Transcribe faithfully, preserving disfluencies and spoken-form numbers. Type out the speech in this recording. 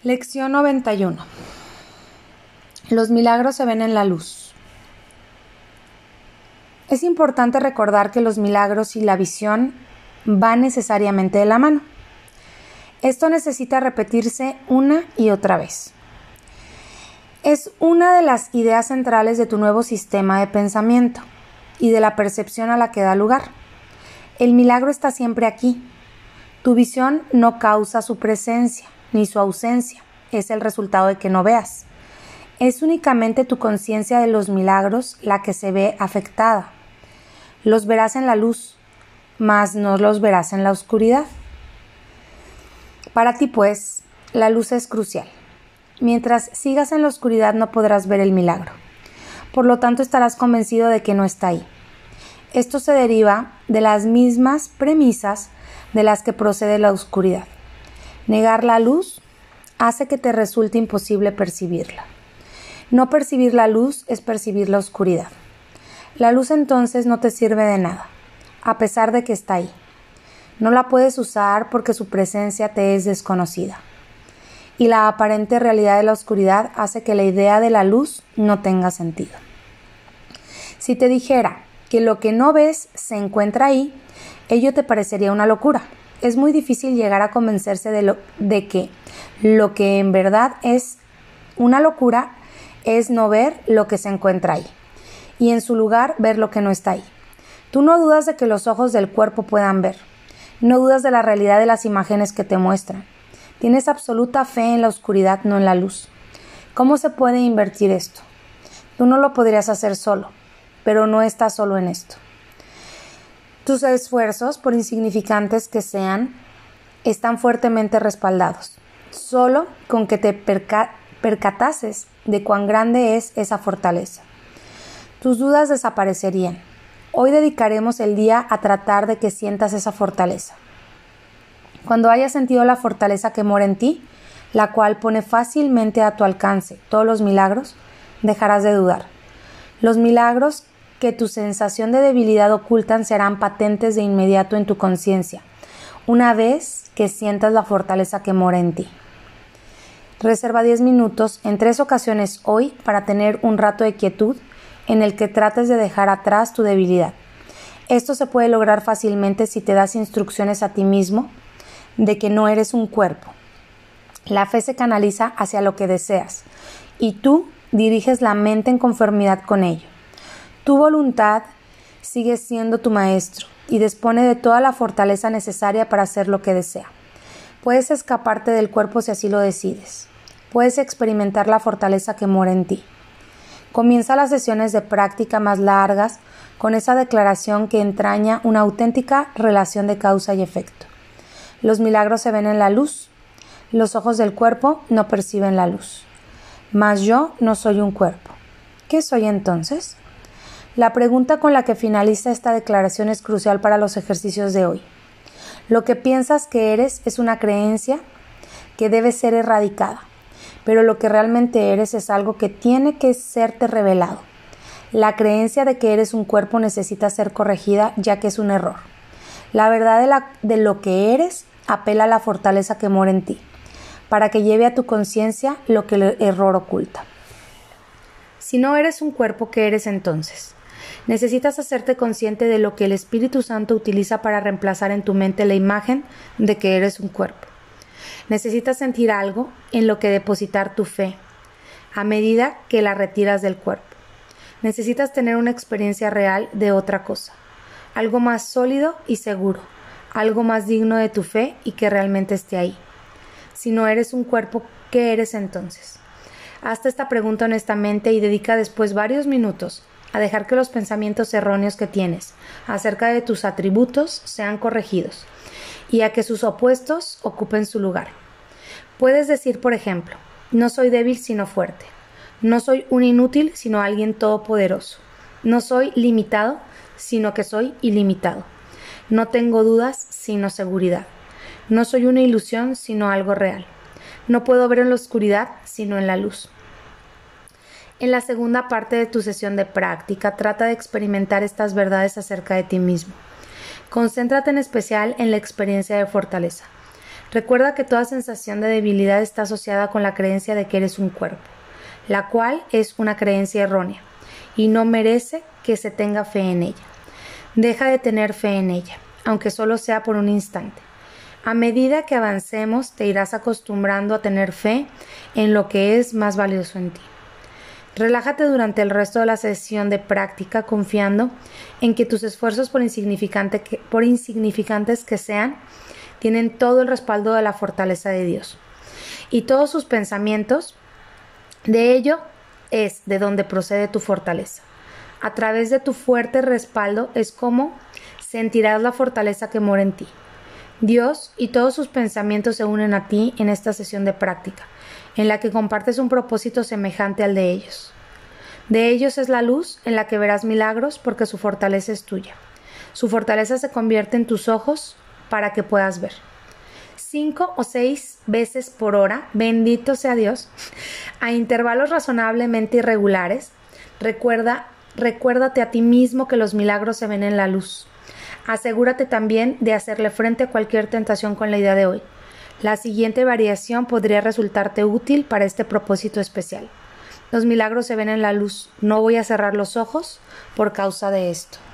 Lección noventa y uno. Los milagros se ven en la luz. Es importante recordar que los milagros y la visión van necesariamente de la mano. Esto necesita repetirse una y otra vez. Es una de las ideas centrales de tu nuevo sistema de pensamiento y de la percepción a la que da lugar. El milagro está siempre aquí. Tu visión no causa su presencia ni su ausencia. Es el resultado de que no veas. Es únicamente tu conciencia de los milagros la que se ve afectada. Los verás en la luz, mas no los verás en la oscuridad. Para ti, pues, la luz es crucial. Mientras sigas en la oscuridad no podrás ver el milagro. Por lo tanto, estarás convencido de que no está ahí. Esto se deriva de las mismas premisas de las que procede la oscuridad. Negar la luz hace que te resulte imposible percibirla. No percibir la luz es percibir la oscuridad. La luz entonces no te sirve de nada, a pesar de que está ahí. No la puedes usar porque su presencia te es desconocida. Y la aparente realidad de la oscuridad hace que la idea de la luz no tenga sentido. Si te dijera que lo que no ves se encuentra ahí, ello te parecería una locura. Es muy difícil llegar a convencerse de, lo, de que lo que en verdad es una locura es no ver lo que se encuentra ahí, y en su lugar ver lo que no está ahí. Tú no dudas de que los ojos del cuerpo puedan ver, no dudas de la realidad de las imágenes que te muestran. Tienes absoluta fe en la oscuridad, no en la luz. ¿Cómo se puede invertir esto? Tú no lo podrías hacer solo, pero no estás solo en esto. Tus esfuerzos, por insignificantes que sean, están fuertemente respaldados. Solo con que te perca- percatases de cuán grande es esa fortaleza. Tus dudas desaparecerían. Hoy dedicaremos el día a tratar de que sientas esa fortaleza. Cuando hayas sentido la fortaleza que mora en ti, la cual pone fácilmente a tu alcance todos los milagros, dejarás de dudar. Los milagros que tu sensación de debilidad ocultan serán patentes de inmediato en tu conciencia, una vez que sientas la fortaleza que mora en ti. Reserva diez minutos en tres ocasiones hoy para tener un rato de quietud en el que trates de dejar atrás tu debilidad. Esto se puede lograr fácilmente si te das instrucciones a ti mismo de que no eres un cuerpo. La fe se canaliza hacia lo que deseas y tú diriges la mente en conformidad con ello. Tu voluntad sigue siendo tu maestro y dispone de toda la fortaleza necesaria para hacer lo que desea. Puedes escaparte del cuerpo si así lo decides. Puedes experimentar la fortaleza que mora en ti. Comienza las sesiones de práctica más largas con esa declaración que entraña una auténtica relación de causa y efecto. Los milagros se ven en la luz. Los ojos del cuerpo no perciben la luz. Mas yo no soy un cuerpo. ¿Qué soy entonces? La pregunta con la que finaliza esta declaración es crucial para los ejercicios de hoy. Lo que piensas que eres es una creencia que debe ser erradicada, pero lo que realmente eres es algo que tiene que serte revelado. La creencia de que eres un cuerpo necesita ser corregida ya que es un error. La verdad de, la, de lo que eres apela a la fortaleza que mora en ti, para que lleve a tu conciencia lo que el error oculta. Si no eres un cuerpo, ¿qué eres entonces? Necesitas hacerte consciente de lo que el Espíritu Santo utiliza para reemplazar en tu mente la imagen de que eres un cuerpo. Necesitas sentir algo en lo que depositar tu fe, a medida que la retiras del cuerpo. Necesitas tener una experiencia real de otra cosa, algo más sólido y seguro, algo más digno de tu fe y que realmente esté ahí. Si no eres un cuerpo, ¿qué eres entonces? Hazte esta pregunta honestamente y dedica después varios minutos a dejar que los pensamientos erróneos que tienes acerca de tus atributos sean corregidos y a que sus opuestos ocupen su lugar. Puedes decir, por ejemplo, no soy débil sino fuerte, no soy un inútil sino alguien todopoderoso, no soy limitado sino que soy ilimitado, no tengo dudas sino seguridad, no soy una ilusión sino algo real, no puedo ver en la oscuridad sino en la luz. En la segunda parte de tu sesión de práctica, trata de experimentar estas verdades acerca de ti mismo. Concéntrate en especial en la experiencia de fortaleza. Recuerda que toda sensación de debilidad está asociada con la creencia de que eres un cuerpo, la cual es una creencia errónea y no merece que se tenga fe en ella. Deja de tener fe en ella, aunque solo sea por un instante. A medida que avancemos, te irás acostumbrando a tener fe en lo que es más valioso en ti. Relájate durante el resto de la sesión de práctica confiando en que tus esfuerzos, por, insignificante que, por insignificantes que sean, tienen todo el respaldo de la fortaleza de Dios. Y todos sus pensamientos, de ello es de donde procede tu fortaleza. A través de tu fuerte respaldo es como sentirás la fortaleza que mora en ti. Dios y todos sus pensamientos se unen a ti en esta sesión de práctica, en la que compartes un propósito semejante al de ellos. De ellos es la luz en la que verás milagros porque su fortaleza es tuya. Su fortaleza se convierte en tus ojos para que puedas ver. Cinco o seis veces por hora, bendito sea Dios, a intervalos razonablemente irregulares, recuerda, recuérdate a ti mismo que los milagros se ven en la luz. Asegúrate también de hacerle frente a cualquier tentación con la idea de hoy. La siguiente variación podría resultarte útil para este propósito especial. Los milagros se ven en la luz. No voy a cerrar los ojos por causa de esto.